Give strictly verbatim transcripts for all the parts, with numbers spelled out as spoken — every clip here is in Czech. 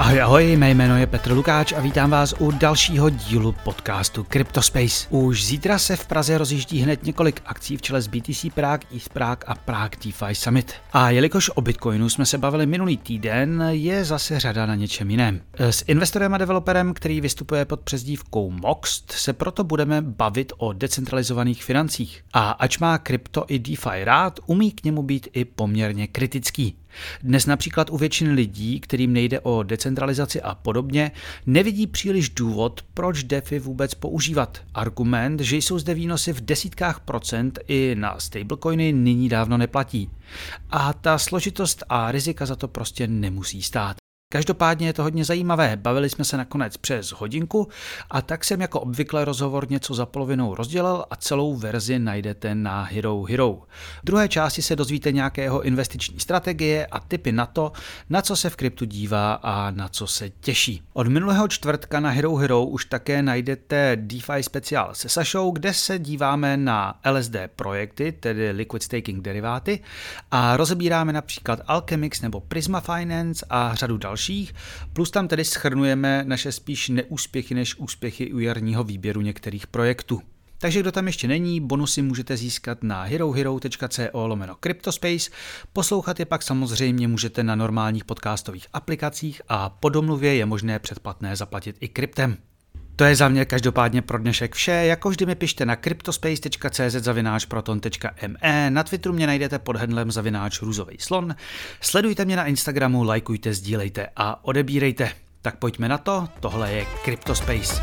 Ahoj, ahoj, mé jméno je Petr Lukáč a vítám vás u dalšího dílu podcastu CryptoSpace. Už zítra se v Praze rozjíždí hned několik akcí v čele s B T C Prague, East Prague a Prague DeFi Summit. A jelikož o Bitcoinu jsme se bavili minulý týden, je zase řada na něčem jiném. S investorem a developerem, který vystupuje pod přezdívkou Moxt, se proto budeme bavit o decentralizovaných financích. A ač má krypto i DeFi rád, umí k němu být i poměrně kritický. Dnes například u většiny lidí, kterým nejde o decentralizaci a podobně, nevidí příliš důvod, proč DeFi vůbec používat. Argument, že jsou zde výnosy v desítkách procent i na stablecoiny, nyní dávno neplatí. A ta složitost a rizika za to prostě nemusí stát. Každopádně je to hodně zajímavé, bavili jsme se nakonec přes hodinku a tak jsem jako obvykle rozhovor něco za polovinou rozdělil a celou verzi najdete na Hero Hero. V druhé části se dozvíte nějakého investiční strategie a tipy na to, na co se v kryptu dívá a na co se těší. Od minulého čtvrtka na Hero Hero už také najdete DeFi speciál se Sašou, kde se díváme na L S D projekty, tedy Liquid Staking deriváty, a rozebíráme například Alchemix nebo Prisma Finance a řadu dalších. Plus tam tedy shrnujeme naše spíš neúspěchy než úspěchy u jarního výběru některých projektů. Takže kdo tam ještě není, bonusy můžete získat na herohero.co lomeno CryptoSpace, poslouchat je pak samozřejmě můžete na normálních podcastových aplikacích a po domluvě je možné předplatné zaplatit i kryptem. To je za mě každopádně pro dnešek vše, jako vždy mi pište na cryptospace tečka cz zavináč proton tečka me, na Twitteru mě najdete pod handlem zavináč růzovej slon, sledujte mě na Instagramu, lajkujte, sdílejte a odebírejte. Tak pojďme na to, tohle je CryptoSpace.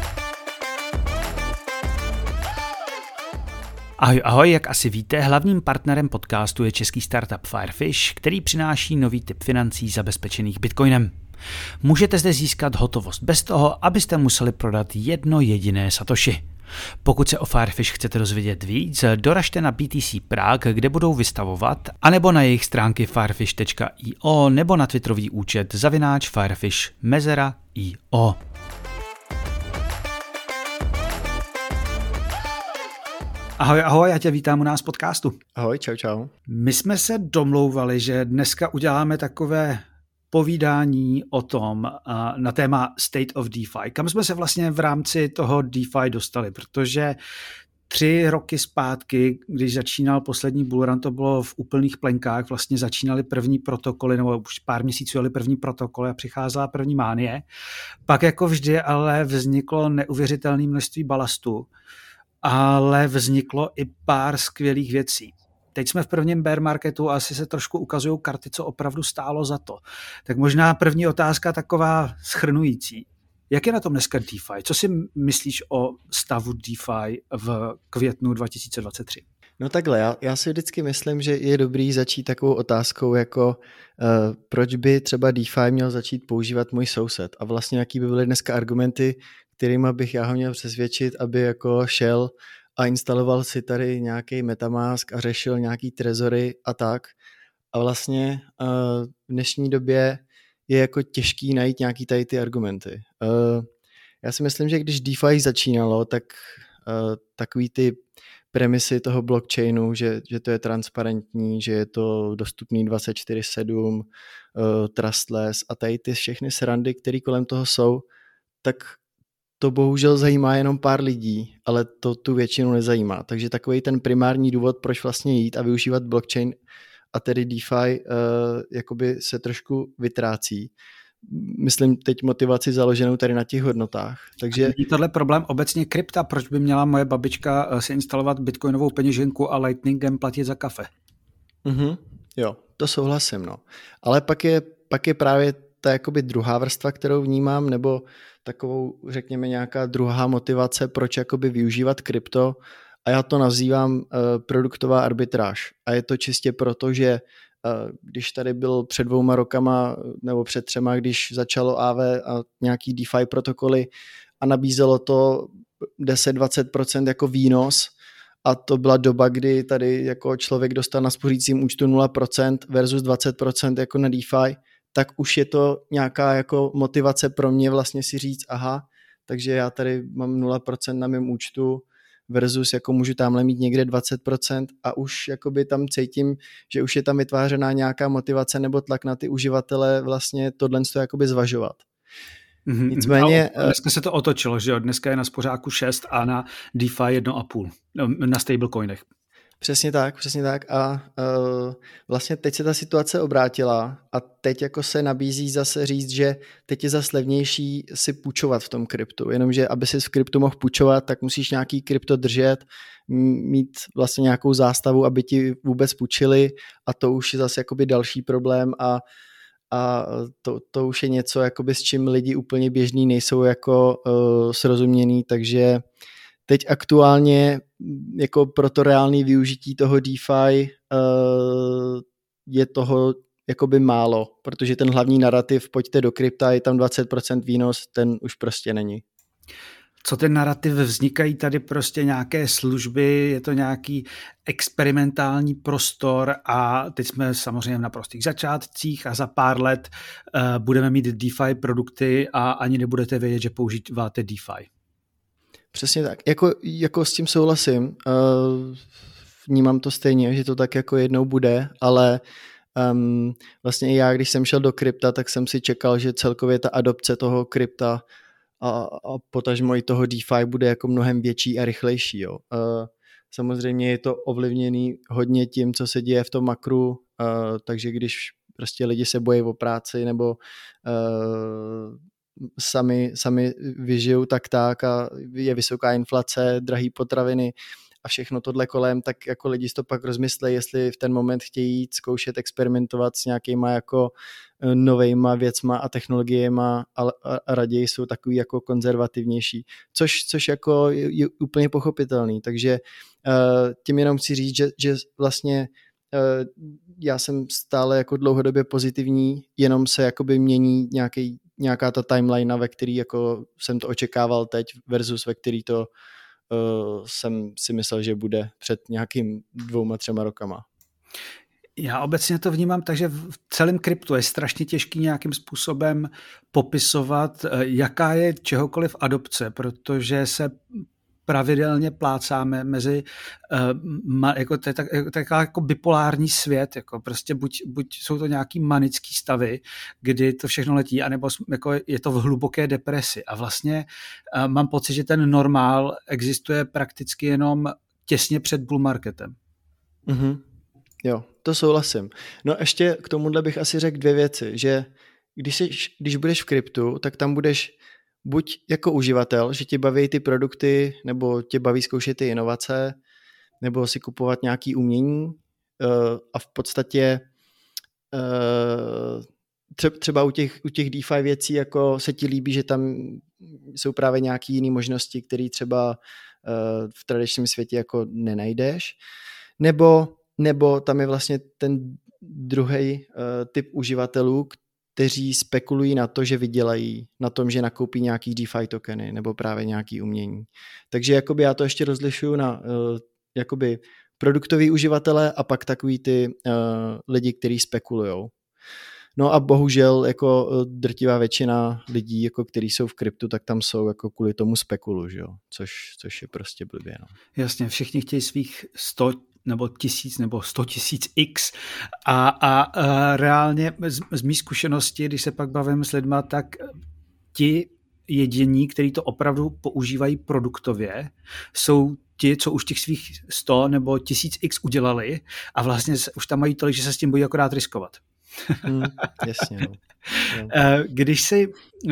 Ahoj, ahoj, jak asi víte, hlavním partnerem podcastu je český startup Firefish, který přináší nový typ financí zabezpečených Bitcoinem. Můžete zde získat hotovost bez toho, abyste museli prodat jedno jediné satoshi. Pokud se o Firefish chcete dozvědět víc, doražte na B T C Prague, kde budou vystavovat, anebo na jejich stránky firefish tečka io nebo na twitterový účet zavináč firefish mezera io. Ahoj, ahoj, já tě vítám u nás v podcastu. Ahoj, čau, čau. My jsme se domlouvali, že dneska uděláme takové povídání o tom na téma State of DeFi. Kam jsme se vlastně v rámci toho DeFi dostali, protože tři roky zpátky, když začínal poslední bullrun, to bylo v úplných plenkách, vlastně začínaly první protokoly, nebo už pár měsíců jeli první protokoly a přicházela první mánie. Pak jako vždy ale vzniklo neuvěřitelné množství balastu, ale vzniklo i pár skvělých věcí. Teď jsme v prvním bear marketu a asi se trošku ukazují karty, co opravdu stálo za to. Tak možná první otázka taková shrnující. Jak je na tom dneska DeFi? Co si myslíš o stavu DeFi v květnu dva tisíce dvacet tři? No takhle, já, já si vždycky myslím, že je dobrý začít takovou otázkou jako uh, proč by třeba DeFi měl začít používat můj soused a vlastně jaký by byly dneska argumenty, kterýma bych já ho měl přesvědčit, aby jako šel a instaloval si tady nějaký MetaMask a řešil nějaký trezory a tak. A vlastně uh, v dnešní době je jako těžký najít nějaký tady ty argumenty. Uh, já si myslím, že když DeFi začínalo, tak uh, takový ty premisy toho blockchainu, že, že to je transparentní, že je to dostupný dvacet čtyři sedm, uh, trustless a tady ty všechny srandy, které kolem toho jsou, tak to bohužel zajímá jenom pár lidí, ale to tu většinu nezajímá. Takže takový ten primární důvod, proč vlastně jít a využívat blockchain a tedy DeFi uh, jakoby se trošku vytrácí. Myslím teď motivaci založenou tady na těch hodnotách. Takže je tohle problém obecně krypta? Proč by měla moje babička si instalovat bitcoinovou peněženku a lightningem platit za kafe? Mm-hmm, jo, to souhlasím. No. Ale pak je, pak je právě ta jakoby druhá vrstva, kterou vnímám, nebo takovou, řekněme, nějaká druhá motivace, proč jakoby využívat krypto, a já to nazývám uh, produktová arbitráž. A je to čistě proto, že uh, když tady byl před dvouma rokama nebo před třema, když začalo A V a nějaký DeFi protokoly a nabízelo to deset až dvacet procent jako výnos, a to byla doba, kdy tady jako člověk dostal na spořícím účtu nula procent versus dvacet procent jako na DeFi, tak už je to nějaká jako motivace pro mě vlastně si říct, aha, takže já tady mám nula procent na mém účtu versus jako můžu tamhle mít někde dvacet procent a už jakoby tam cítím, že už je tam vytvářená nějaká motivace nebo tlak na ty uživatele vlastně tohle jakoby zvažovat. Nicméně... A dneska se to otočilo, že jo? Dneska je na spořáku šest a na DeFi jedna a půl, na stablecoinech. Přesně tak, přesně tak a uh, vlastně teď se ta situace obrátila a teď jako se nabízí zase říct, že teď je zase levnější si půjčovat v tom kryptu, jenomže aby si v kryptu mohl půjčovat, tak musíš nějaký krypto držet, mít vlastně nějakou zástavu, aby ti vůbec půjčili a to už je zase jakoby další problém a a to, to už je něco, jakoby s čím lidi úplně běžní nejsou jako uh, srozuměný, takže teď aktuálně jako pro to reálné využití toho DeFi uh, je toho jakoby málo, protože ten hlavní narrativ pojďte do krypta, je tam dvacet procent výnos, ten už prostě není. Co ten narrativ, vznikají tady prostě nějaké služby, je to nějaký experimentální prostor a teď jsme samozřejmě na prostých začátcích a za pár let uh, budeme mít DeFi produkty a ani nebudete vědět, že používáte DeFi. Přesně tak. Jako, jako s tím souhlasím. Uh, vnímám to stejně, že to tak jako jednou bude, ale um, vlastně i já, když jsem šel do krypta, tak jsem si čekal, že celkově ta adopce toho krypta a, a potažmo i toho DeFi bude jako mnohem větší a rychlejší. Jo. Uh, samozřejmě je to ovlivněný hodně tím, co se děje v tom makru, uh, takže když prostě lidi se bojí o práci nebo uh, sami, sami vyžijou tak tak a je vysoká inflace, drahý potraviny a všechno tohle kolem, tak jako lidi si to pak rozmyslejí, jestli v ten moment chtějí jít zkoušet experimentovat s nějakýma jako novejma věcma a technologiema a, a, a raději jsou takový jako konzervativnější, což, což jako je, je úplně pochopitelný, takže uh, tím jenom chci říct, že, že vlastně uh, já jsem stále jako dlouhodobě pozitivní, jenom se jakoby mění nějaký, nějaká ta timeline, ve který jako jsem to očekával teď versus ve který to uh, jsem si myslel, že bude před nějakým dvouma, třema rokama. Já obecně to vnímám tak, že v celém kryptu je strašně těžký nějakým způsobem popisovat, jaká je čehokoliv adopce, protože se pravidelně plácáme mezi, uh, jako to je tak, taková jako bipolární svět, jako prostě buď, buď jsou to nějaký manický stavy, kdy to všechno letí, anebo jako je to v hluboké depresi a vlastně uh, mám pocit, že ten normál existuje prakticky jenom těsně před bull marketem. Mhm. Jo, to souhlasím. No ještě k tomuhle bych asi řekl dvě věci, že když, jsi, když budeš v kryptu, tak tam budeš buď jako uživatel, že tě baví ty produkty, nebo tě baví zkoušet ty inovace, nebo si kupovat nějaký umění a v podstatě třeba u těch, u těch DeFi věcí jako se ti líbí, že tam jsou právě nějaké jiné možnosti, které třeba v tradičním světě jako nenajdeš, nebo nebo tam je vlastně ten druhý uh, typ uživatelů, kteří spekulují na to, že vydělají na tom, že nakoupí nějaký DeFi tokeny nebo právě nějaký umění. Takže jakoby já to ještě rozlišuju na uh, jakoby produktový uživatele a pak takový ty uh, lidi, kteří spekulujou. No a bohužel jako drtivá většina lidí, jako kteří jsou v kryptu, tak tam jsou jako kvůli tomu spekulu, že jo? Což, což je prostě blbě. No. Jasně, všichni chtějí svých sto nebo tisíc nebo sto tisíc x a, a, a reálně z, z mý zkušenosti, když se pak bavím s lidma, tak ti jediní, kteří to opravdu používají produktově, jsou ti, co už těch svých sto nebo tisíc x udělali a vlastně už tam mají tolik, že se s tím bojí akorát riskovat. Hmm, jasně, no. Když, si,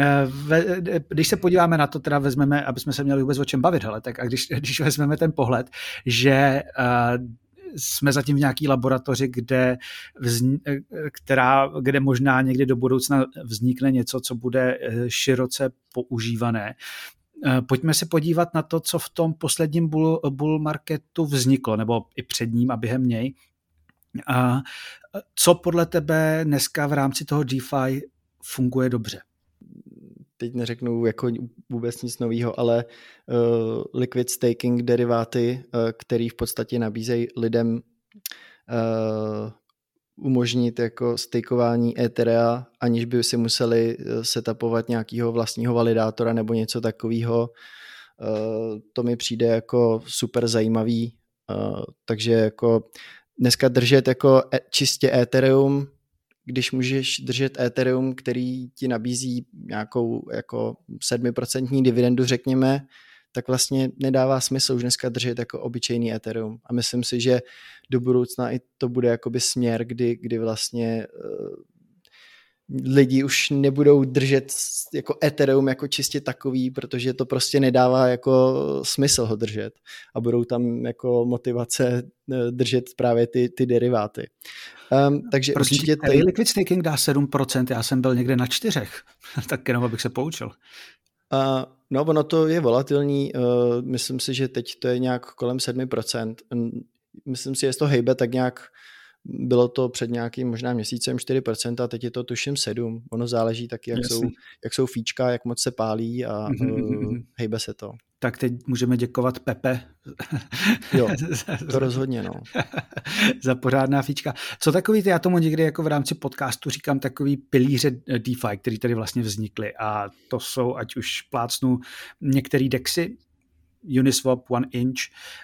když se podíváme na to, teda vezmeme, aby jsme se měli vůbec o čem bavit, hele, tak a když, když vezmeme ten pohled, že jsme zatím v nějaký laboratoři, kde, vzni, která, kde možná někdy do budoucna vznikne něco, co bude široce používané. Pojďme se podívat na to, co v tom posledním bull, bull marketu vzniklo, nebo i před ním a během něj. A co podle tebe dneska v rámci toho DeFi funguje dobře? Teď neřeknu jako vůbec nic nového, ale uh, liquid staking deriváty, uh, který v podstatě nabízejí lidem uh, umožnit jako stakeování Etherea, aniž by si museli setupovat nějakého vlastního validátora nebo něco takového. Uh, to mi přijde jako super zajímavý, uh, takže jako dneska držet jako čistě Ethereum, když můžeš držet Ethereum, který ti nabízí nějakou jako sedm procent dividendu, řekněme, tak vlastně nedává smysl už dneska držet jako obyčejný Ethereum. A myslím si, že do budoucna i to bude jakoby směr, kdy, kdy vlastně uh, lidi už nebudou držet jako Ethereum jako čistě takový, protože to prostě nedává jako smysl ho držet a budou tam jako motivace držet právě ty, ty deriváty. Um, takže Prosím, určitě tady liquid staking dá sedm procent, já jsem byl někde na čtyřech, tak jenom abych se poučil. Uh, no, ono to je volatilní, uh, myslím si, že teď to je nějak kolem sedm procent. Myslím si, že je to hejbe tak nějak. Bylo to před nějakým možná měsícem čtyři procenta, teď je to tuším sedm. Ono záleží taky, jak, jsou, jak jsou fíčka, jak moc se pálí a mm-hmm. uh, hejbe se to. Tak teď můžeme děkovat Pepe. Jo, to rozhodně, no. Za pořádná fíčka. Co takový, ty, já tomu někdy jako v rámci podcastu říkám takový pilíře DeFi, který tady vlastně vznikly a to jsou, ať už plácnu některé dexy, Uniswap, OneInch,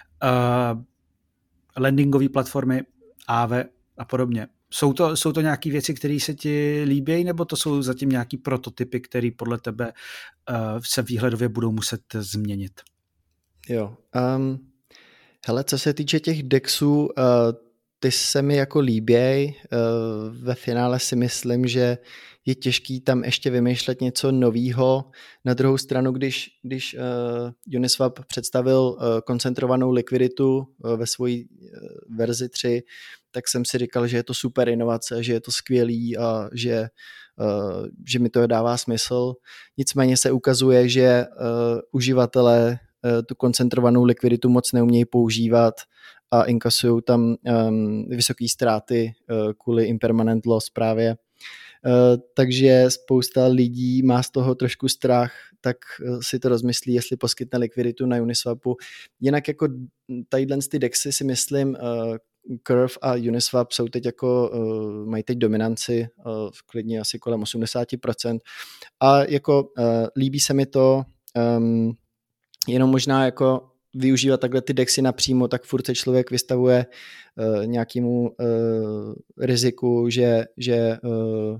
uh, lendingové platformy, A V a podobně. Jsou to, jsou to nějaké věci, které se ti líbí, nebo to jsou zatím nějaký prototypy, které podle tebe uh, se výhledově budou muset změnit? Jo. Um, hele, co se týče těch dexů, uh, ty se mi jako líběj. Uh, ve finále si myslím, že je těžký tam ještě vymýšlet něco novýho. Na druhou stranu, když, když uh, Uniswap představil uh, koncentrovanou likviditu uh, ve své uh, verzi tři, tak jsem si říkal, že je to super inovace, že je to skvělý a že, uh, že mi to dává smysl. Nicméně se ukazuje, že uh, uživatelé uh, tu koncentrovanou likviditu moc neumějí používat a inkasují tam um, vysoké ztráty uh, kvůli impermanent loss právě. Uh, takže spousta lidí má z toho trošku strach, tak uh, si to rozmyslí, jestli poskytne likviditu na Uniswapu. Jinak jako tadyhle ty dexy si myslím, uh, Curve a Uniswap jsou teď jako, uh, mají teď dominanci, uh, klidně asi kolem osmdesát procent a jako uh, líbí se mi to, um, jenom možná jako využívat takhle ty dexy napřímo, tak furt se člověk vystavuje uh, nějakému uh, riziku, že, že uh,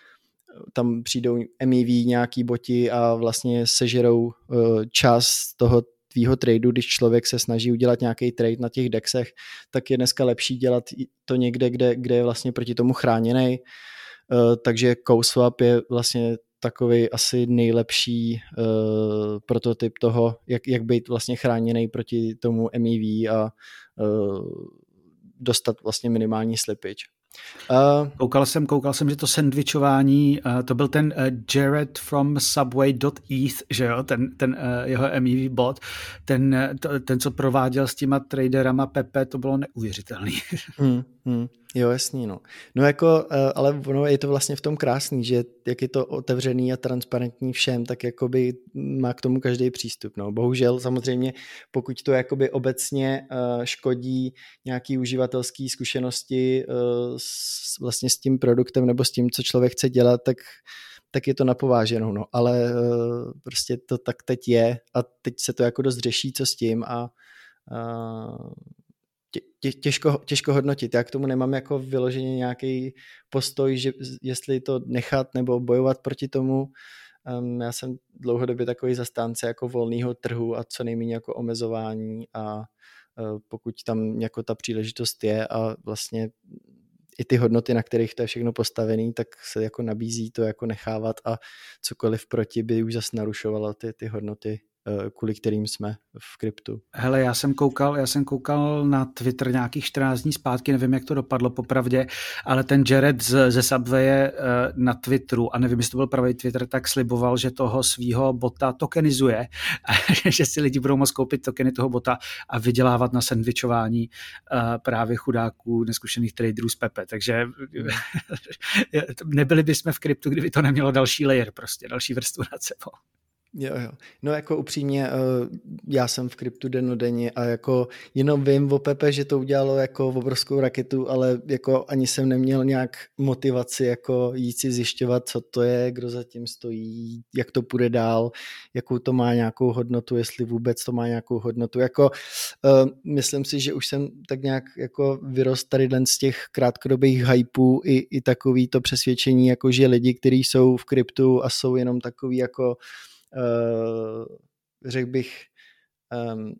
tam přijdou M E V nějaký boti a vlastně sežerou uh, čas toho tvýho tradu, když člověk se snaží udělat nějaký trade na těch dexech, tak je dneska lepší dělat to někde, kde, kde je vlastně proti tomu chráněný. Uh, takže CoSwap je vlastně takový asi nejlepší uh, prototyp toho, jak, jak být vlastně chráněný proti tomu M E V a uh, dostat vlastně minimální slippage. Uh, koukal jsem, koukal jsem, že to sandwichování, uh, to byl ten uh, Jared from subway dot e t h, že jo, ten, ten uh, jeho M E V bot, ten, to, ten, co prováděl s těma traderama Pepe, to bylo neuvěřitelný. hmm, hmm. Jo, jasný, no. No jako, ale ono je to vlastně v tom krásný, že jak je to otevřený a transparentní všem, tak jakoby má k tomu každý přístup, no. Bohužel samozřejmě, pokud to jakoby obecně škodí nějaký uživatelský zkušenosti s, vlastně s tím produktem nebo s tím, co člověk chce dělat, tak tak je to napováženou, no. Ale prostě to tak teď je a teď se to jako dost řeší, co s tím a, a Tě, těžko, těžko hodnotit. Já k tomu nemám jako vyloženě nějaký postoj, že jestli to nechat nebo bojovat proti tomu. Um, já jsem dlouhodobě takový zastánce jako volného trhu a co nejméně jako omezování a uh, pokud tam jako ta příležitost je a vlastně i ty hodnoty, na kterých to je všechno postavený, tak se jako nabízí to jako nechávat a cokoliv proti by už zase narušovalo ty, ty hodnoty, kvůli kterým jsme v kryptu. Hele, já jsem koukal, já jsem koukal na Twitter nějakých čtrnáct dní zpátky, nevím, jak to dopadlo popravdě, ale ten Jared z, ze Subwaye na Twitteru, a nevím, jestli to byl pravý Twitter, tak sliboval, že toho svýho bota tokenizuje, že si lidi budou moct koupit tokeny toho bota a vydělávat na sandwichování právě chudáků, neskušených traderů z Pepe. Takže nebyli bychom v kryptu, kdyby to nemělo další layer, prostě další vrstvu nad sebou. Jo, jo. No jako upřímně, já jsem v kryptu dennodenně a jako jenom vím o Pepe, že to udělalo jako obrovskou raketu, ale jako ani jsem neměl nějak motivaci jako jít si zjišťovat, co to je, kdo za tím stojí, jak to půjde dál, jakou to má nějakou hodnotu, jestli vůbec to má nějakou hodnotu. Jako uh, myslím si, že už jsem tak nějak jako vyrost tady z těch krátkodobých hypů i, i takový to přesvědčení, jako že lidi, kteří jsou v kryptu a jsou jenom takový jako Uh, řekl bych um,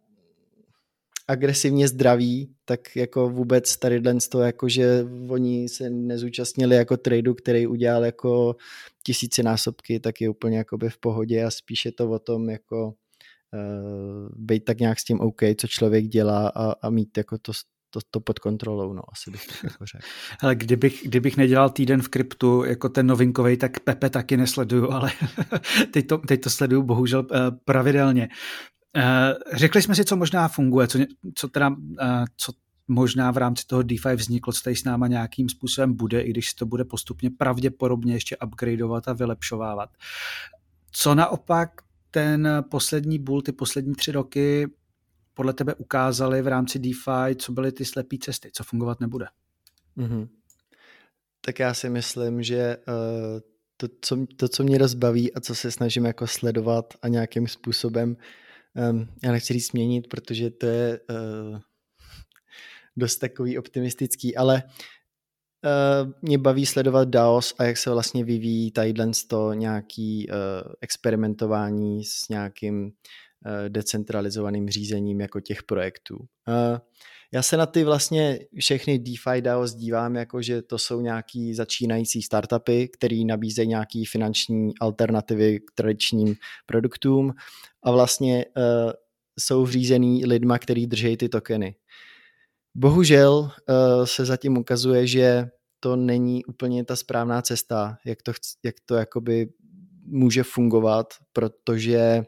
agresivně zdraví, tak jako vůbec tady to, jako že oni se nezúčastnili jako tradu, který udělal jako tisícinásobky, tak je úplně jakoby v pohodě a spíše to o tom jako uh, být tak nějak s tím OK, co člověk dělá a, a mít jako to To, to pod kontrolou, no, asi bych tak jako řekl. Ale kdybych, kdybych nedělal týden v kryptu jako ten novinkovej, tak Pepe taky nesleduju, ale teď, to, teď to sleduju bohužel pravidelně. Řekli jsme si, co možná funguje, co, co teda, co možná v rámci toho DeFi vzniklo, co tady s náma nějakým způsobem bude, i když se to bude postupně pravděpodobně ještě upgradeovat a vylepšovávat. Co naopak ten poslední bull, ty poslední tři roky podle tebe ukázali v rámci DeFi, co byly ty slepé cesty, co fungovat nebude? Mm-hmm. Tak já si myslím, že uh, to, co, to, co mě rozbaví a co se snažím jako sledovat a nějakým způsobem, um, já nechci říct změnit, protože to je uh, dost takový optimistický, ale uh, mě baví sledovat DAOs a jak se vlastně vyvíjí tadyhle to nějaký uh, experimentování s nějakým decentralizovaným řízením jako těch projektů. Já se na ty vlastně všechny DeFi DAOs dívám, jako že to jsou nějaký začínající startupy, který nabízejí nějaký finanční alternativy k tradičním produktům a vlastně uh, jsou řízený lidma, který drží ty tokeny. Bohužel uh, se zatím ukazuje, že to není úplně ta správná cesta, jak to, jak to jakoby může fungovat, protože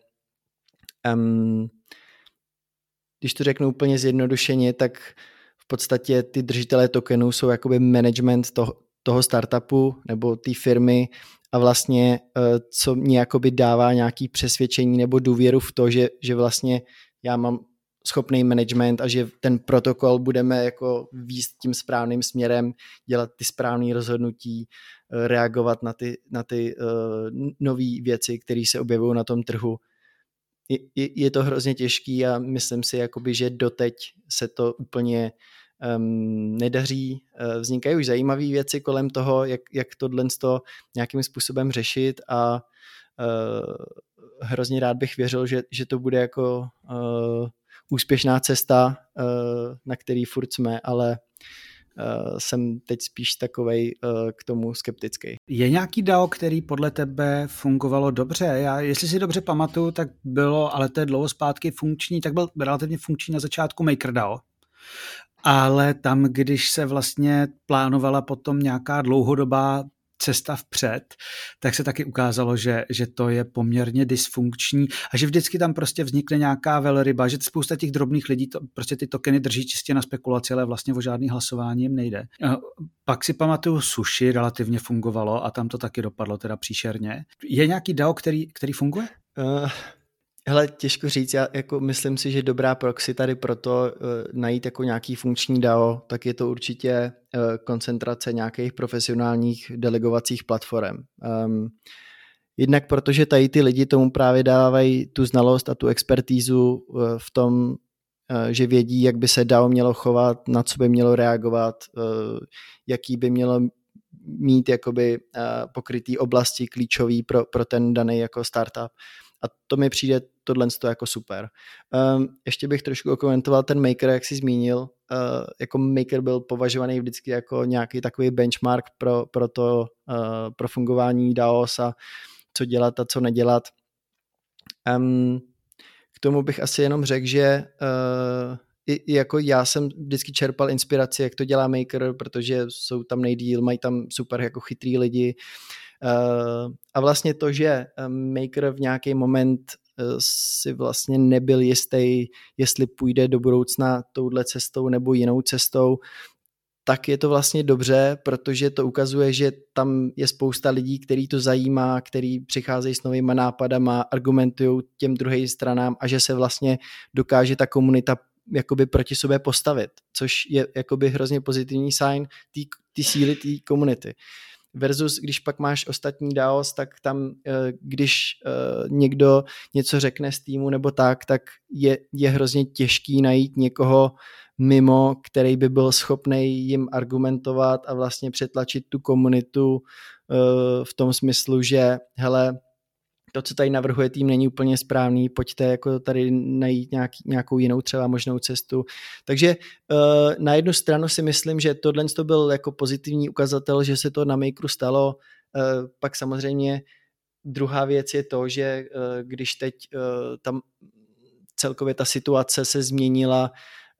Um, když to řeknu úplně zjednodušeně, tak v podstatě ty držitelé tokenů jsou jakoby management toho, toho startupu nebo té firmy a vlastně uh, co mě jakoby dává nějaký přesvědčení nebo důvěru v to, že, že vlastně já mám schopný management a že ten protokol budeme jako víst tím správným směrem, dělat ty správné rozhodnutí, uh, reagovat na ty, na ty uh, nové věci, které se objevují na tom trhu. Je, je to hrozně těžký a myslím si, jakoby, že doteď se to úplně um, nedaří. Uh, vznikají už zajímavé věci kolem toho, jak, jak tohle nějakým způsobem řešit a uh, hrozně rád bych věřil, že, že to bude jako uh, úspěšná cesta, uh, na který furt jsme, ale Uh, jsem teď spíš takovej uh, k tomu skeptický. Je nějaký DAO, který podle tebe fungovalo dobře? Já, jestli si dobře pamatuju, tak bylo, ale to je dlouho zpátky funkční, tak byl relativně funkční na začátku MakerDAO. Ale tam, když se vlastně plánovala potom nějaká dlouhodobá cesta vpřed, tak se taky ukázalo, že, že to je poměrně dysfunkční a že vždycky tam prostě vznikne nějaká velryba, že spousta těch drobných lidí to, prostě ty tokeny drží čistě na spekulaci, ale vlastně o žádný hlasování jim nejde. Pak si pamatuju, Sushi relativně fungovalo a tam to taky dopadlo teda příšerně. Je nějaký DAO, který, který funguje? Uh... Hele, těžko říct, já jako myslím si, že dobrá proxy tady proto uh, najít jako nějaký funkční DAO, tak je to určitě uh, koncentrace nějakých profesionálních delegovacích platform. Um, jednak protože tady ty lidi tomu právě dávají tu znalost a tu expertízu uh, v tom, uh, že vědí, jak by se DAO mělo chovat, na co by mělo reagovat, uh, jaký by mělo mít jakoby uh, pokrytý oblasti klíčový pro, pro ten daný jako startup. A to mi přijde tohle jako super. Um, ještě bych trošku okomentoval ten Maker, jak jsi zmínil. Uh, jako Maker byl považovaný vždycky jako nějaký takový benchmark pro, pro to, uh, pro fungování DAOs a co dělat a co nedělat. Um, k tomu bych asi jenom řekl, že uh, i, i jako já jsem vždycky čerpal inspiraci, jak to dělá Maker, protože jsou tam nejdýl, mají tam super jako chytrý lidi. Uh, a vlastně to, že Maker v nějaký moment uh, si vlastně nebyl jistý, jestli půjde do budoucna touhle cestou nebo jinou cestou, tak je to vlastně dobře, protože to ukazuje, že tam je spousta lidí, který to zajímá, který přicházejí s novýma nápadama, argumentují těm druhým stranám a že se vlastně dokáže ta komunita jakoby proti sobě postavit, což je jakoby hrozně pozitivní sign té síly té komunity. Versus, když pak máš ostatní D A Os, tak tam, když někdo něco řekne z týmu nebo tak, tak je, je hrozně těžký najít někoho mimo, který by byl schopný jim argumentovat a vlastně přetlačit tu komunitu v tom smyslu, že hele, to, co tady navrhuje tým, není úplně správný, pojďte jako tady najít nějaký, nějakou jinou třeba možnou cestu. Takže uh, na jednu stranu si myslím, že tohle to byl jako pozitivní ukazatel, že se to na Makeru stalo. Uh, pak samozřejmě druhá věc je to, že uh, když teď uh, tam celkově ta situace se změnila,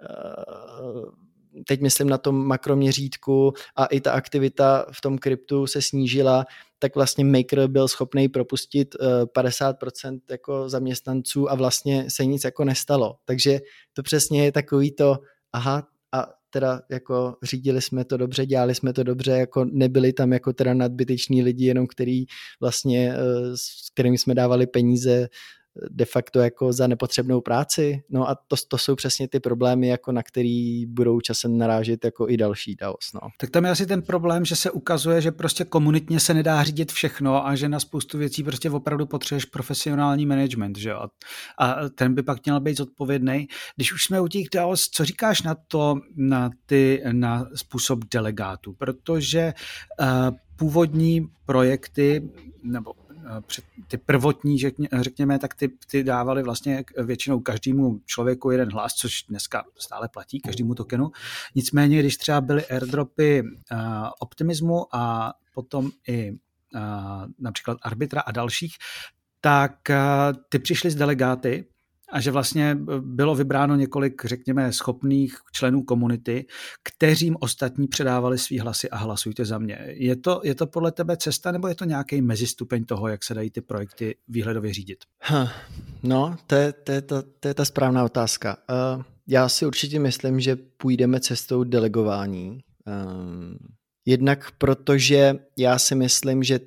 uh, teď myslím na tom makroměřítku a i ta aktivita v tom kryptu se snížila, tak vlastně Maker byl schopný propustit padesát procent jako zaměstnanců a vlastně se nic jako nestalo. Takže to přesně je takový to, aha, a teda jako řídili jsme to dobře, dělali jsme to dobře, jako nebyli tam jako teda nadbyteční lidi, jenom který vlastně, s kterými jsme dávali peníze de facto jako za nepotřebnou práci. No a to, to jsou přesně ty problémy, jako na který budou časem narážet jako i další D A Os. No. Tak tam je asi ten problém, že se ukazuje, že prostě komunitně se nedá řídit všechno a že na spoustu věcí prostě opravdu potřebuješ profesionální management, že jo? A ten by pak měl být zodpovědný. Když už jsme u těch D A Os, co říkáš na to, na ty, na způsob delegátů? Protože uh, původní projekty, nebo ty prvotní, řekněme, tak ty, ty dávali vlastně většinou každému člověku jeden hlas, což dneska stále platí, každému tokenu. Nicméně, když třeba byly airdropy uh, Optimismu a potom i uh, například Arbitra a dalších, tak uh, ty přišli z delegáty a že vlastně bylo vybráno několik, řekněme, schopných členů komunity, kteřím ostatní předávali svý hlasy a hlasujte za mě. Je to, je to podle tebe cesta, nebo je to nějaký mezistupeň toho, jak se dají ty projekty výhledově řídit? Huh. No, to je, to, je ta, to je ta správná otázka. Uh, já si určitě myslím, že půjdeme cestou delegování. Uh, jednak protože já si myslím, že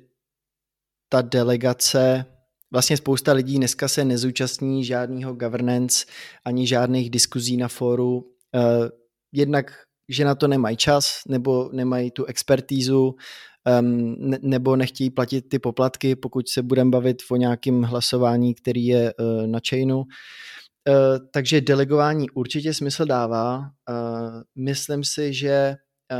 ta delegace vlastně spousta lidí dneska se nezúčastní žádného governance ani žádných diskuzí na fóru. Jednak, že na to nemají čas, nebo nemají tu expertízu, nebo nechtějí platit ty poplatky, pokud se budeme bavit o nějakém hlasování, který je na chainu. Takže delegování určitě smysl dává. Myslím si, že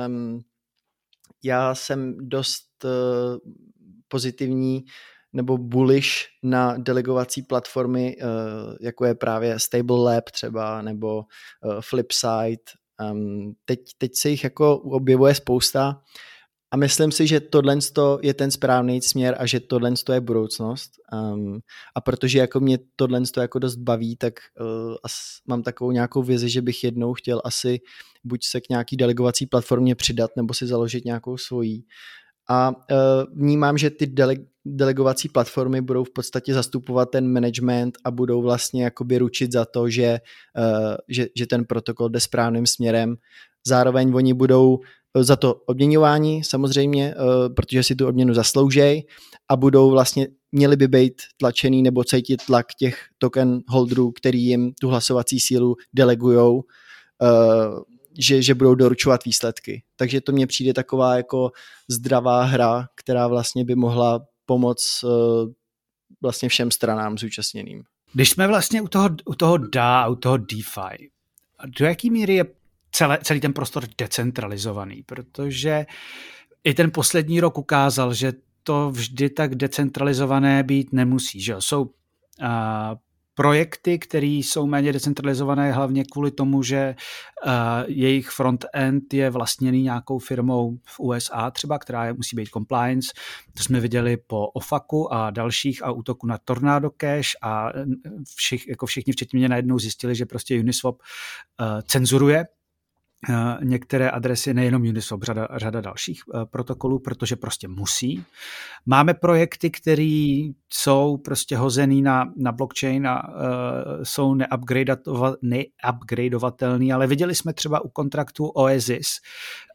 já jsem dost pozitivní nebo bullish na delegovací platformy, jako je právě Stable Lab třeba, nebo Flipside. Teď, teď se jich jako objevuje spousta a myslím si, že tohle je ten správný směr a že tohle je budoucnost. A protože jako mě tohle jako dost baví, tak mám takovou nějakou vizi, že bych jednou chtěl asi buď se k nějaký delegovací platformě přidat, nebo si založit nějakou svojí. A uh, vnímám, že ty dele- delegovací platformy budou v podstatě zastupovat ten management a budou vlastně jakoby ručit za to, že, uh, že, že ten protokol jde správným směrem. Zároveň oni budou za to odměňování samozřejmě, uh, protože si tu odměnu zasloužej a budou vlastně, měli by být tlačený nebo cítit tlak těch token holderů, který jim tu hlasovací sílu delegujou, uh, Že, že budou doručovat výsledky. Takže to mně přijde taková jako zdravá hra, která vlastně by mohla pomoct uh, vlastně všem stranám zúčastněným. Když jsme vlastně u toho, u toho D A, u toho DeFi, do jaký míry je celé, celý ten prostor decentralizovaný? Protože i ten poslední rok ukázal, že to vždy tak decentralizované být nemusí. Že? Jsou uh, projekty, které jsou méně decentralizované hlavně kvůli tomu, že uh, jejich front-end je vlastněný nějakou firmou v U S A třeba, která je, musí být compliance. To jsme viděli po Ofaku a dalších a útoku na Tornado Cash a všich, jako všichni včetně mě najednou zjistili, že prostě Uniswap uh, cenzuruje některé adresy, nejenom Uniswap, řada, řada dalších protokolů, protože prostě musí. Máme projekty, které jsou prostě hozený na, na blockchain a uh, jsou neupgradeovatelný, ale viděli jsme třeba u kontraktu Oasis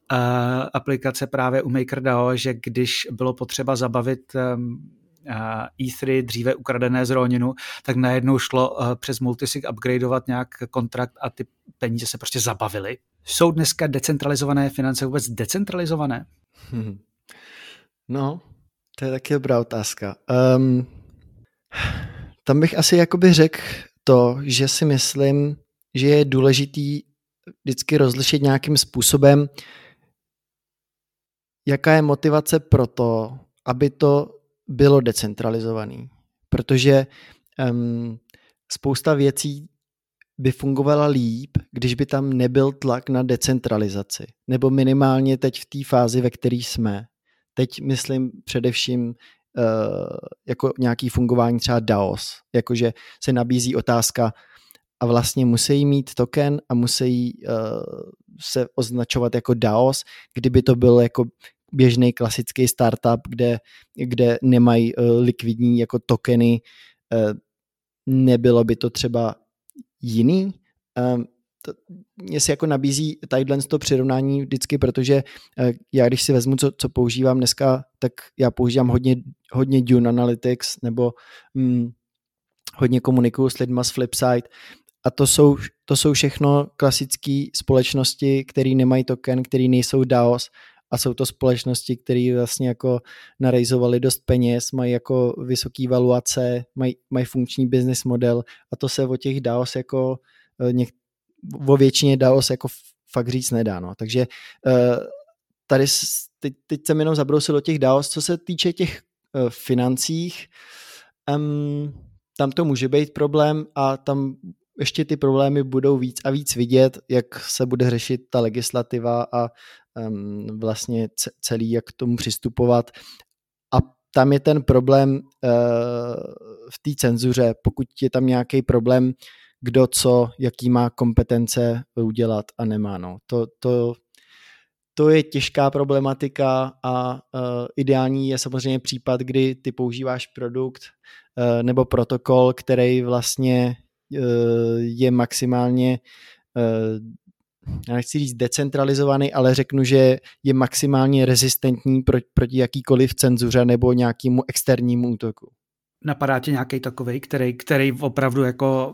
aplikace právě u MakerDAO, že když bylo potřeba zabavit um, E tři dříve ukradené z Roninu, tak najednou šlo uh, přes multisig upgradeovat nějak kontrakt a ty peníze se prostě zabavily. Jsou dneska decentralizované finance vůbec decentralizované? Hmm. No, to je taky dobrá otázka. Um, tam bych asi jakoby řekl to, že si myslím, že je důležitý vždycky rozlišit nějakým způsobem, jaká je motivace pro to, aby to bylo decentralizovaný. Protože um, spousta věcí by fungovala líp, když by tam nebyl tlak na decentralizaci. Nebo minimálně teď v té fázi, ve které jsme. Teď myslím především uh, jako nějaký fungování třeba DAOs. Jakože se nabízí otázka a vlastně musí mít token a musí uh, se označovat jako DAOs, kdyby to byl jako běžný klasický startup, kde, kde nemají uh, likvidní jako tokeny, uh, nebylo by to třeba jiný. Um, to, mně se jako nabízí tadyhle to přirovnání vždycky, protože uh, já když si vezmu, co, co používám dneska, tak já používám hodně, hodně Dune Analytics nebo um, hodně komunikuju s lidma z Flipside a to jsou, to jsou všechno klasické společnosti, které nemají token, které nejsou DAOs a jsou to společnosti, které vlastně jako narejzovaly dost peněz, mají jako vysoký valuace, mají, mají funkční business model a to se o těch DAOs jako něk, o většině DAOs jako fakt říct nedá. No. Takže tady teď, teď jsem jenom zabrousil do těch DAOs, co se týče těch financích, um, tam to může být problém a tam ještě ty problémy budou víc a víc vidět, jak se bude řešit ta legislativa a um, vlastně celý, jak k tomu přistupovat. A tam je ten problém uh, v té cenzuře, pokud je tam nějaký problém, kdo co, jaký má kompetence udělat a nemá. No. To, to, to je těžká problematika a uh, ideální je samozřejmě případ, kdy ty používáš produkt uh, nebo protokol, který vlastně je maximálně, já nechci říct decentralizovaný, ale řeknu, že je maximálně rezistentní proti jakýkoliv cenzuře nebo nějakému externímu útoku. Napadá tě nějaký takovej, který, který opravdu jako,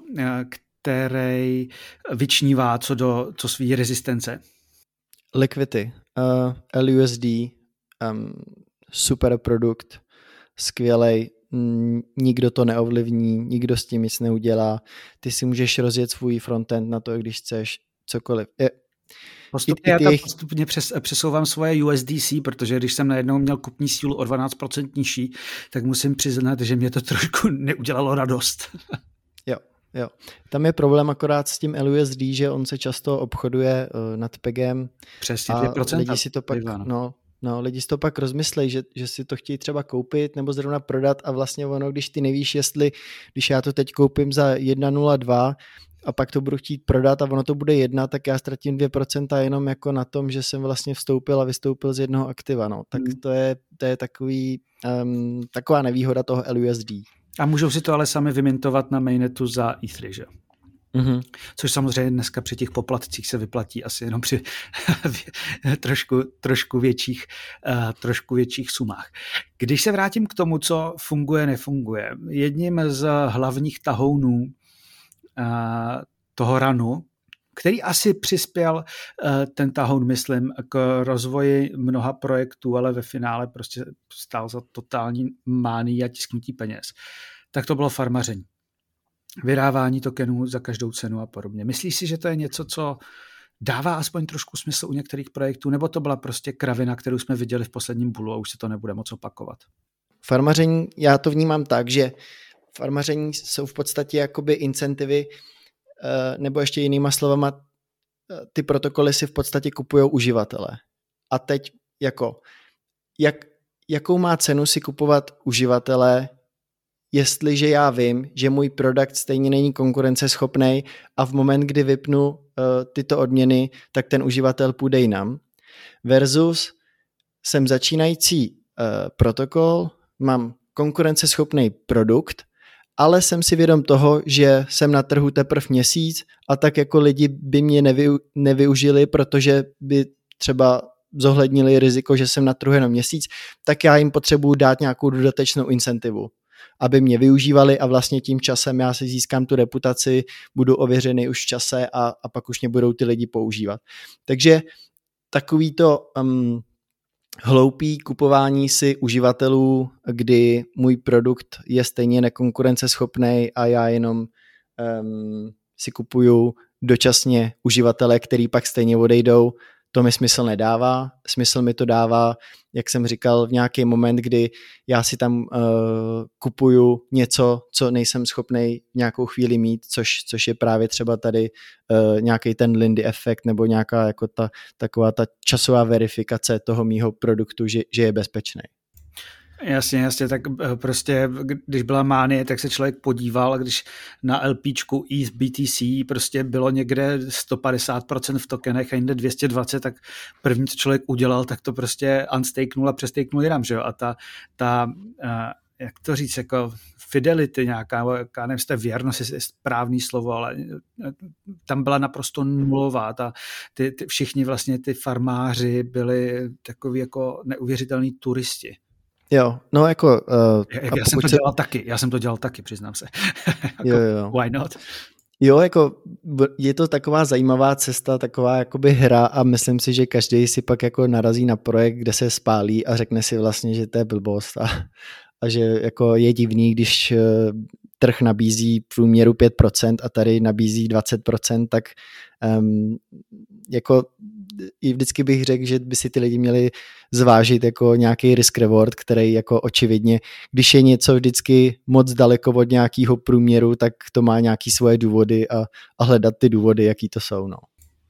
který vyčnívá co do co svý rezistence? Liquidity, uh, L U S D, um, super produkt, skvělej, nikdo to neovlivní, nikdo s tím nic neudělá, ty si můžeš rozjet svůj frontend na to, když chceš cokoliv. Je, postupně já tam postupně přes, přesouvám svoje U S D C, protože když jsem najednou měl kupní sílu o dvanáct procent nižší, tak musím přiznat, že mě to trošku neudělalo radost. Jo, jo. Tam je problém akorát s tím L U S D, že on se často obchoduje uh, nad pegem. Přesně dvě procenta. Lidi si to pak, no, No, lidi si to pak rozmyslejí, že, že si to chtějí třeba koupit nebo zrovna prodat a vlastně ono, když ty nevíš, jestli, když já to teď koupím za jedna nula dva a pak to budu chtít prodat a ono to bude jedna, tak já ztratím dvě procenta jenom jako na tom, že jsem vlastně vstoupil a vystoupil z jednoho aktiva. No. Tak to je, to je takový, um, taková nevýhoda toho L U S D. A můžou si to ale sami vymintovat na mainnetu za E tři, že? Mm-hmm. Což samozřejmě dneska při těch poplatcích se vyplatí asi jenom při trošku, trošku, větších, uh, trošku větších sumách. Když se vrátím k tomu, co funguje, nefunguje, jedním z hlavních tahounů uh, toho runu, který asi přispěl uh, ten tahoun, myslím, k rozvoji mnoha projektů, ale ve finále prostě stál za totální mánii a tisknutí peněz, tak to bylo farmaření. Vydávání tokenů za každou cenu a podobně. Myslíš si, že to je něco, co dává aspoň trošku smysl u některých projektů, nebo to byla prostě kravina, kterou jsme viděli v posledním bullu a už se to nebude moc opakovat? Farmaření, já to vnímám tak, že farmaření jsou v podstatě jakoby incentivy, nebo ještě jinýma slovama, ty protokoly si v podstatě kupujou uživatele. A teď jako, jak, jakou má cenu si kupovat uživatele, jestliže já vím, že můj produkt stejně není konkurenceschopný a v moment, kdy vypnu uh, tyto odměny, tak ten uživatel půjde jinam. Versus jsem začínající uh, protokol, mám konkurenceschopný produkt, ale jsem si vědom toho, že jsem na trhu teprve měsíc a tak jako lidi by mě nevy, nevyužili, protože by třeba zohlednili riziko, že jsem na trhu jenom měsíc, tak já jim potřebuju dát nějakou dodatečnou incentivu, aby mě využívali a vlastně tím časem já si získám tu reputaci, budu ověřený už v čase a, a pak už mě budou ty lidi používat. Takže takový to um, hloupý kupování si uživatelů, kdy můj produkt je stejně nekonkurenceschopný a já jenom um, si kupuju dočasně uživatele, který pak stejně odejdou, to mi smysl nedává. Smysl mi to dává, jak jsem říkal, v nějaký moment, kdy já si tam uh, kupuju něco, co nejsem schopnej v nějakou chvíli mít, což, což je právě třeba tady uh, nějaký ten Lindy efekt nebo nějaká jako ta, taková ta časová verifikace toho mýho produktu, že, že je bezpečný. Jasně, jasně, tak prostě, když byla mánie, tak se člověk podíval, když na LPčku E T H B T C prostě bylo někde sto padesát procent v tokenech a jinde dvě stě dvacet, tak první, co člověk udělal, tak to prostě unstakenul a přestakenul jinam, že jo, a ta, ta jak to říct, jako fidelity nějaká, jaká nevím, jste věrnost, je správný slovo, ale tam byla naprosto nulová, ta, ty, ty, všichni vlastně ty farmáři byli takový jako neuvěřitelný turisti. Jo, no jako... Uh, já, já jsem to se... dělal taky, já jsem to dělal taky, přiznám se. jako, jo, jo. Why not? Jo, jako je to taková zajímavá cesta, taková jakoby hra a myslím si, že každý si pak jako narazí na projekt, kde se spálí a řekne si vlastně, že to je blbost a, a že jako je divný, když trh nabízí v průměru pět procent a tady nabízí dvacet procent, tak um, jako i vždycky bych řekl, že by si ty lidi měli zvážit jako nějaký risk reward, který jako očividně, když je něco vždycky moc daleko od nějakého průměru, tak to má nějaký svoje důvody a, a hledat ty důvody, jaký to jsou. No.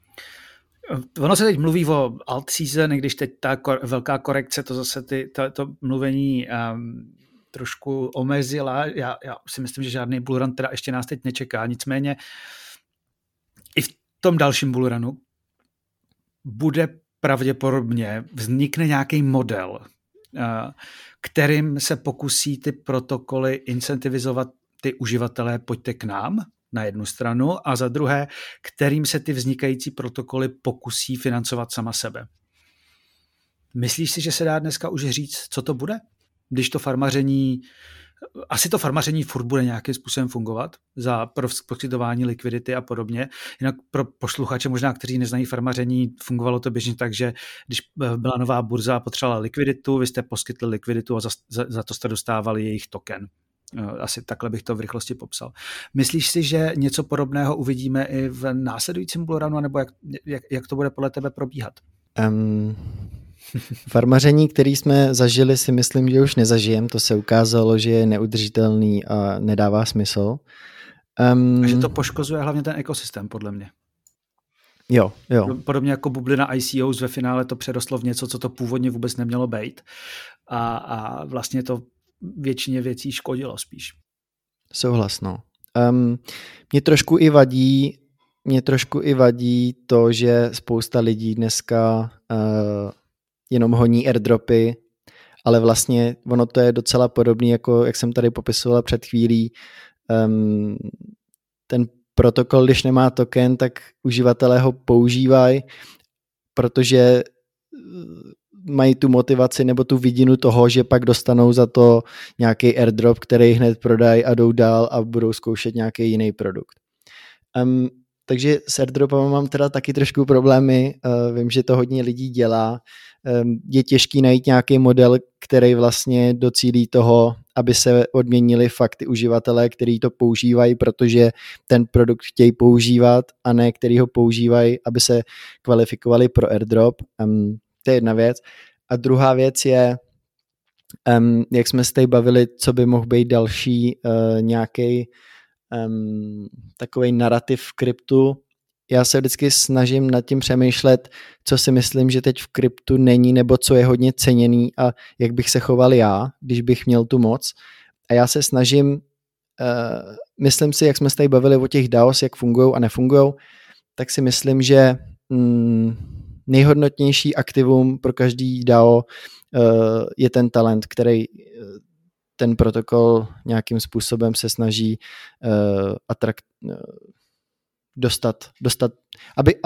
Ono se teď mluví o alt season, když teď ta kor- velká korekce, to zase ty, to, to mluvení um, trošku omezila. Já, já si myslím, že žádný bullrun teda ještě nás teď nečeká, nicméně i v tom dalším bullrunu bude pravděpodobně, vznikne nějaký model, kterým se pokusí ty protokoly incentivizovat ty uživatelé, pojďte k nám na jednu stranu, a za druhé, kterým se ty vznikající protokoly pokusí financovat sama sebe. Myslíš si, že se dá dneska už říct, co to bude? Když to farmaření, asi to farmaření furt bude nějakým způsobem fungovat za poskytování likvidity a podobně. Jinak pro posluchače možná, kteří neznají farmaření, fungovalo to běžně tak, že když byla nová burza a potřebovala likviditu, vy jste poskytli likviditu a za, za, za to jste dostávali jejich token. Asi takhle bych to v rychlosti popsal. Myslíš si, že něco podobného uvidíme i v následujícím bullrunu, nebo jak, jak, jak to bude podle tebe probíhat? Um... Farmaření, který jsme zažili, si myslím, že už nezažijem. To se ukázalo, že je neudržitelný a nedává smysl. Um, Takže to poškozuje hlavně ten ekosystém, podle mě. Jo, jo. Podobně jako bublina I C Os ve finále to přerostlo v něco, co to původně vůbec nemělo být. A, a vlastně to většině věcí škodilo spíš. Souhlasno. Um, mě trošku i vadí, mě trošku i vadí to, že spousta lidí dneska uh, jenom honí airdropy, ale vlastně ono to je docela podobný, jako jak jsem tady popisoval před chvílí. Um, ten protokol, když nemá token, tak uživatelé ho používají, protože mají tu motivaci nebo tu vidinu toho, že pak dostanou za to nějaký airdrop, který hned prodají a jdou dál a budou zkoušet nějaký jiný produkt. Um, takže s airdropem mám teda taky trošku problémy. Uh, vím, že to hodně lidí dělá. Um, je těžký najít nějaký model, který vlastně docílí toho, aby se odměnili fakt ty uživatelé, kteří to používají, protože ten produkt chtějí používat a ne který ho používají, aby se kvalifikovali pro airdrop. Um, to je jedna věc. A druhá věc je, um, jak jsme se tady bavili, co by mohl být další uh, nějaký um, takovej narrativ v kryptu. Já se vždycky snažím nad tím přemýšlet, co si myslím, že teď v kryptu není, nebo co je hodně ceněný a jak bych se choval já, když bych měl tu moc. A já se snažím, uh, myslím si, jak jsme se tady bavili o těch D A Os, jak fungují a nefungují, tak si myslím, že mm, nejhodnotnější aktivum pro každý D A O uh, je ten talent, který ten protokol nějakým způsobem se snaží uh, atrakt, uh, dostat, dostat aby, aby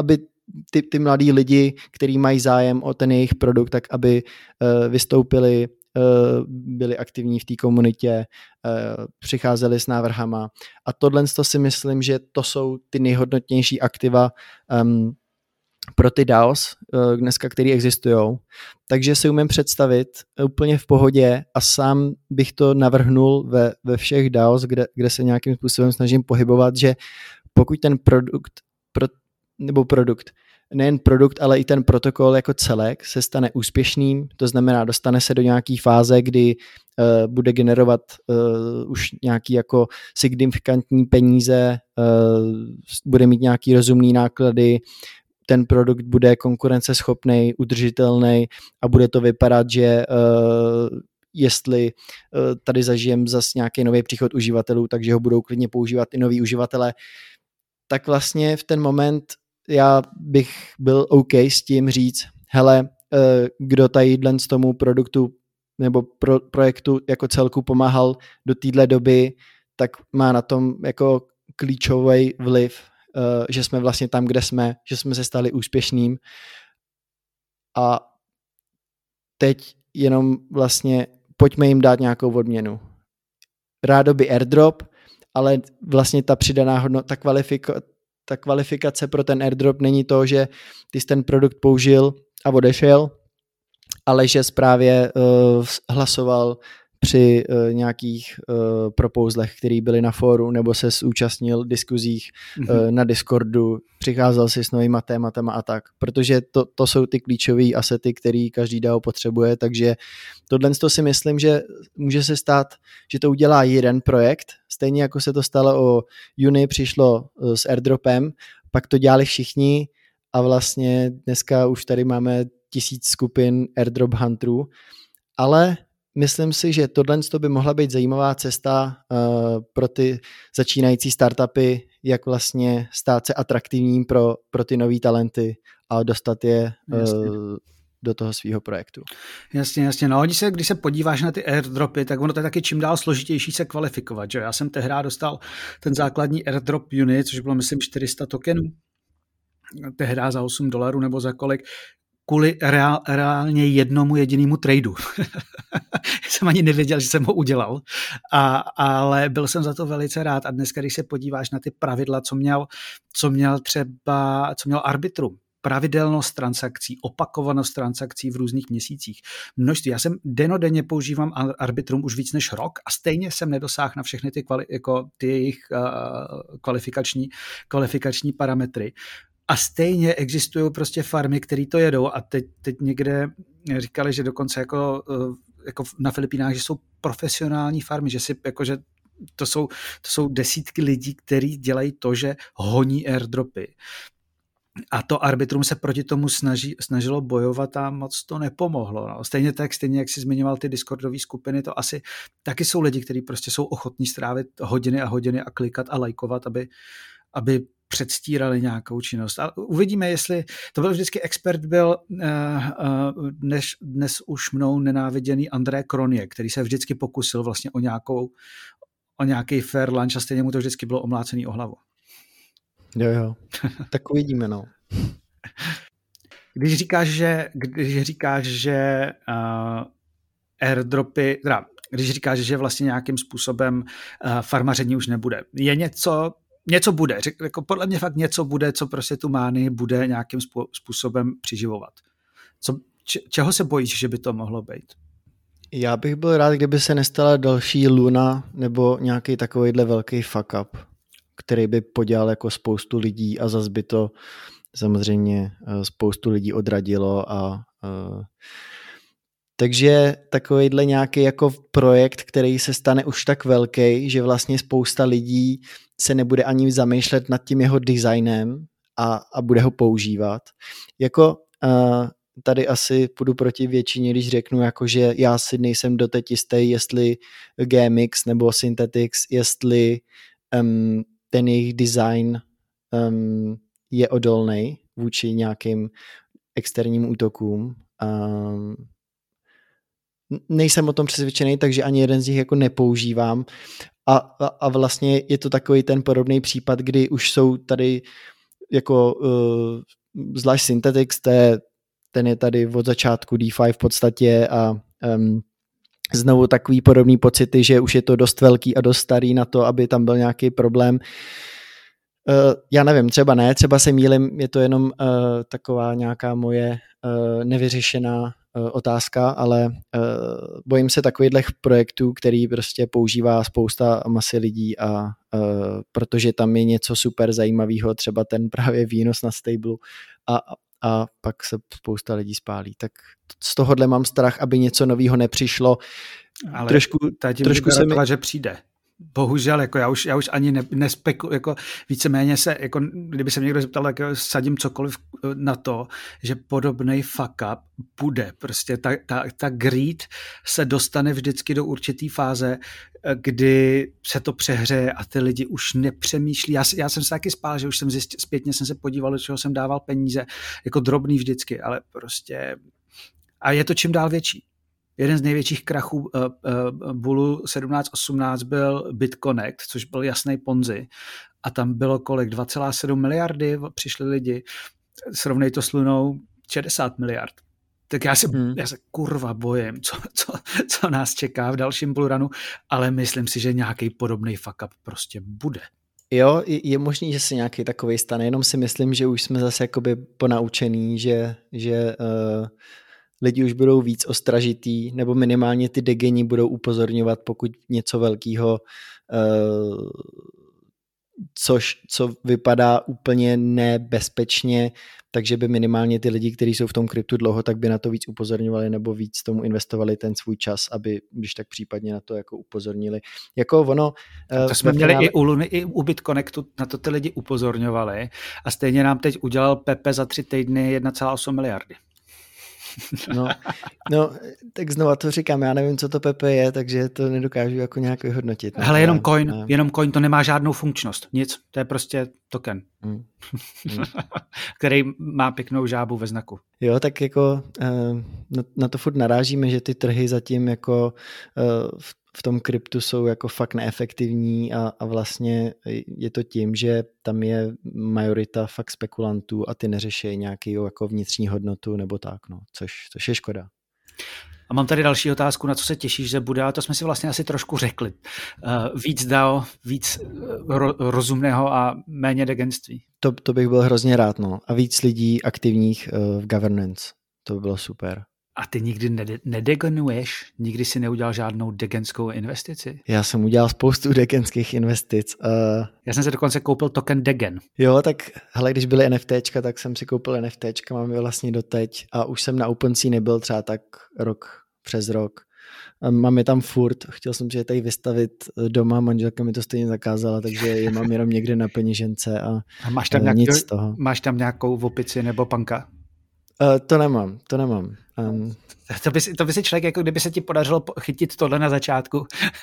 ty, ty mladí lidi, kteří mají zájem o ten jejich produkt, tak aby uh, vystoupili, uh, byli aktivní v té komunitě, uh, přicházeli s návrhama. A tohle to si myslím, že to jsou ty nejhodnotnější aktiva um, pro ty D A Os dneska, který existují. Takže si umím představit úplně v pohodě a sám bych to navrhnul ve, ve všech D A Os, kde, kde se nějakým způsobem snažím pohybovat, že pokud ten produkt, pro, nebo produkt, nejen produkt, ale i ten protokol jako celek se stane úspěšným, to znamená, dostane se do nějaký fáze, kdy uh, bude generovat uh, už nějaký jako signifikantní peníze, uh, bude mít nějaký rozumný náklady, ten produkt bude konkurenceschopný, udržitelný a bude to vypadat, že uh, jestli uh, tady zažijem zase nějaký nový příchod uživatelů, takže ho budou klidně používat i noví uživatelé, tak vlastně v ten moment já bych byl OK s tím říct, hele, uh, kdo tady dlen z tomu produktu nebo pro, projektu jako celku pomáhal do téhle doby, tak má na tom jako klíčový vliv, Uh, že jsme vlastně tam, kde jsme, že jsme se stali úspěšným a teď jenom vlastně pojďme jim dát nějakou odměnu. Rádoby airdrop, ale vlastně ta přidaná hodnota, ta, kvalifika, ta kvalifikace pro ten airdrop není to, že ty jsi ten produkt použil a odešel, ale že jsi právě uh, hlasoval při uh, nějakých uh, propouzlech, které byly na fóru, nebo se zúčastnil diskuzích mm-hmm. uh, na Discordu, přicházel si s novýma tématama a tak, protože to, to jsou ty klíčové asety, který každý D A O potřebuje, takže tohle si myslím, že může se stát, že to udělá jeden projekt, stejně jako se to stalo o Uni, přišlo uh, s airdropem, pak to dělali všichni a vlastně dneska už tady máme tisíc skupin airdrop hunterů, ale myslím si, že tohle by mohla být zajímavá cesta uh, pro ty začínající startupy, jak vlastně stát se atraktivním pro, pro ty nový talenty a dostat je uh, do toho svého projektu. Jasně, jasně. No, když se, když se podíváš na ty airdropy, tak ono to je taky čím dál složitější se kvalifikovat. Že? Já jsem tehdy dostal ten základní airdrop unit, což bylo myslím čtyři sta tokenů, tehdy za osm dolarů nebo za kolik, kvůli reál, reálně jednomu jedinému tradu. jsem ani nevěděl, že jsem ho udělal, a, ale byl jsem za to velice rád a dneska, když se podíváš na ty pravidla, co měl, co měl třeba, co měl Arbitrum, pravidelnost transakcí, opakovanost transakcí v různých měsících, množství. Já jsem denodenně používám Arbitrum už víc než rok a stejně jsem nedosáhl na všechny ty, kvali, jako ty jejich uh, kvalifikační, kvalifikační parametry. A stejně existují prostě farmy, které to jedou a teď, teď někde říkali, že dokonce jako, jako na Filipínách, že jsou profesionální farmy, že si jako, že to jsou, to jsou desítky lidí, kteří dělají to, že honí airdropy. A to Arbitrum se proti tomu snaží, snažilo bojovat a moc to nepomohlo. No. Stejně tak, stejně jak jsi zmiňoval ty Discordové skupiny, to asi taky jsou lidi, kteří prostě jsou ochotní strávit hodiny a hodiny a klikat a lajkovat, aby, aby předstírali nějakou činnost. A uvidíme, jestli to byl vždycky expert, byl uh, uh, dnes, dnes už mnou nenáviděný André Kronie, který se vždycky pokusil vlastně o nějakou o nějaký fair lunch a stejně mu to vždycky bylo omlácený o hlavu. Jo, jo. Tak uvidíme, no. Když říkáš, že, když říkáš, že uh, airdropy, teda, když říkáš, že vlastně nějakým způsobem uh, farmaření už nebude, je něco, něco bude, řek, jako podle mě fakt něco bude, co prostě tu mány bude nějakým způsobem přiživovat. Co, č, čeho se bojíš, že by to mohlo být? Já bych byl rád, kdyby se nestala další Luna nebo nějaký takovejhle velký fuck up, který by podělal jako spoustu lidí a zas by to samozřejmě spoustu lidí odradilo. A, a... Takže takovejhle nějaký jako projekt, který se stane už tak velký, že vlastně spousta lidí se nebude ani zamýšlet nad tím jeho designem a, a bude ho používat. Jako a, tady asi půjdu proti většině, když řeknu, jako, že já si nejsem doteď jistý, jestli G M X nebo Synthetix, jestli um, ten jejich design um, je odolný vůči nějakým externím útokům. Um, nejsem o tom přesvědčený, takže ani jeden z nich jako nepoužívám. A, a, a vlastně je to takový ten podobný případ, kdy už jsou tady jako uh, zvlášť Synthetix, to je, ten je tady od začátku DeFi v podstatě a um, znovu takový podobný pocity, že už je to dost velký a dost starý na to, aby tam byl nějaký problém. Uh, já nevím, třeba ne, třeba se mýlim, je to jenom uh, taková nějaká moje uh, nevyřešená uh, otázka, ale uh, bojím se takovýchhle projektů, který prostě používá spousta masy lidí a uh, protože tam je něco super zajímavého, třeba ten právě výnos na stablu a, a pak se spousta lidí spálí. Tak z tohohle mám strach, aby něco nového nepřišlo. Ale trošku, trošku se mi... že přijde. Bohužel, jako já už, já už ani ne, nespeku, jako víceméně se, jako kdyby se mě někdo zeptal, tak sadím cokoliv na to, že podobnej fuck up bude. Prostě ta, ta, ta greed se dostane vždycky do určitý fáze, kdy se to přehřeje a ty lidi už nepřemýšlí. Já, já jsem se taky spál, že už jsem zjistil, zpětně jsem se podíval, do čeho jsem dával peníze, jako drobný vždycky, ale prostě a je to čím dál větší. Jeden z největších krachů uh, uh, Bullu sedmnáct osmnáct byl BitConnect, což byl jasný Ponzi. A tam bylo kolik? dva celá sedm miliardy přišli lidi. Srovnej to s Lunou šedesát miliard. Tak já se, hmm. já se kurva bojím, co, co, co nás čeká v dalším bullrunu, ale myslím si, že nějaký podobný fuck up prostě bude. Jo, je možný, že se nějaký takovej stane, jenom si myslím, že už jsme zase jakoby ponaučený, že, že uh... lidi už budou víc ostražitý, nebo minimálně ty degeni budou upozorňovat, pokud něco velkého, uh, což, co vypadá úplně nebezpečně, takže by minimálně ty lidi, kteří jsou v tom kryptu dlouho, tak by na to víc upozorňovali nebo víc tomu investovali ten svůj čas, aby když tak případně na to jako upozornili. Jako ono... To jsme měli finále... i u Luny, i u BitConnectu, na to ty lidi upozorňovali a stejně nám teď udělal Pepe za tři týdny jedna celá osm miliardy. No, no, tak znova to říkám, já nevím, co to Pepe je, takže to nedokážu jako nějak vyhodnotit. Hele, jenom coin, ne. jenom coin, to nemá žádnou funkčnost, nic, to je prostě token, mm. Mm. který má pěknou žábu ve znaku. Jo, tak jako na, na to furt narážíme, že ty trhy zatím jako v v tom kryptu jsou jako fakt neefektivní a, a vlastně je to tím, že tam je majorita fakt spekulantů a ty neřeší nějakou jako vnitřní hodnotu nebo tak, no, což, což je škoda. A mám tady další otázku, na co se těšíš, že bude, a to jsme si vlastně asi trošku řekli. Uh, víc D A O, víc ro, rozumného a méně degenství. To, to bych byl hrozně rád, no. A víc lidí aktivních uh, v governance. To by bylo super. A ty nikdy nede- nedegenuješ? Nikdy si neudělal žádnou degenskou investici? Já jsem udělal spoustu degenských investic. Uh... Já jsem se dokonce koupil token Degen. Jo, tak hele, když byly NFTčka, tak jsem si koupil NFTčka, mám je vlastně doteď a už jsem na OpenSea nebyl třeba tak rok, přes rok. Mám je tam furt, chtěl jsem si je tady vystavit doma, manželka mi to stejně zakázala, takže je mám jenom někde na peněžence a, a máš tam uh, nějaký, nic z toho. Máš tam nějakou vopici nebo panka? Uh, to nemám, to nemám. Um, to, by si, to by si člověk, jako kdyby se ti podařilo chytit tohle na začátku,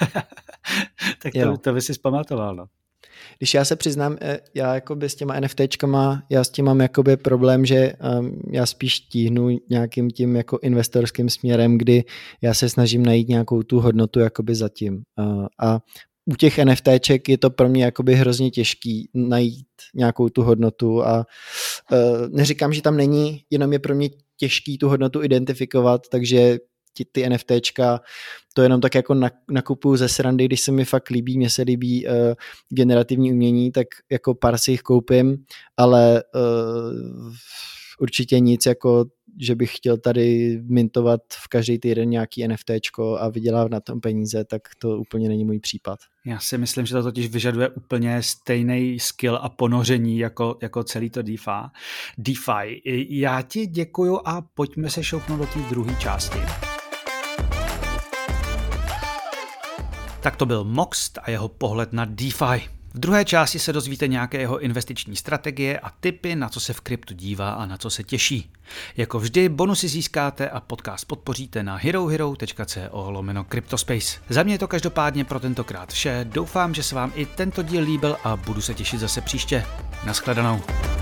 tak to, to by si zpamatoval. No. Když já se přiznám, já jakoby s těma NFTčkama, já s tím mám jakoby problém, že um, já spíš tíhnu nějakým tím jako investorským směrem, kdy já se snažím najít nějakou tu hodnotu jakoby zatím. Uh, a u těch NFTček je to pro mě jakoby hrozně těžký najít nějakou tu hodnotu a uh, neříkám, že tam není, jenom je pro mě těžký tu hodnotu identifikovat, takže ty, ty NFTčka to jenom tak jako nakupuju ze srandy, když se mi fakt líbí, mně se líbí uh, generativní umění, tak jako pár si jich koupím, ale uh, určitě nic jako, že bych chtěl tady mintovat v každý týden nějaký NFTčko a vydělávat na tom peníze, tak to úplně není můj případ. Já si myslím, že to totiž vyžaduje úplně stejný skill a ponoření jako, jako celý to DeFi. DeFi. Já ti děkuju a pojďme se šoupnout do té druhé části. Tak to byl Moxt a jeho pohled na DeFi. V druhé části se dozvíte nějaké jeho investiční strategie a tipy, na co se v kryptu dívá a na co se těší. Jako vždy bonusy získáte a podcast podpoříte na herohero.co lomeno CryptoSpace. Za mě je to každopádně pro tentokrát vše. Doufám, že se vám i tento díl líbil a budu se těšit zase příště. Naschledanou.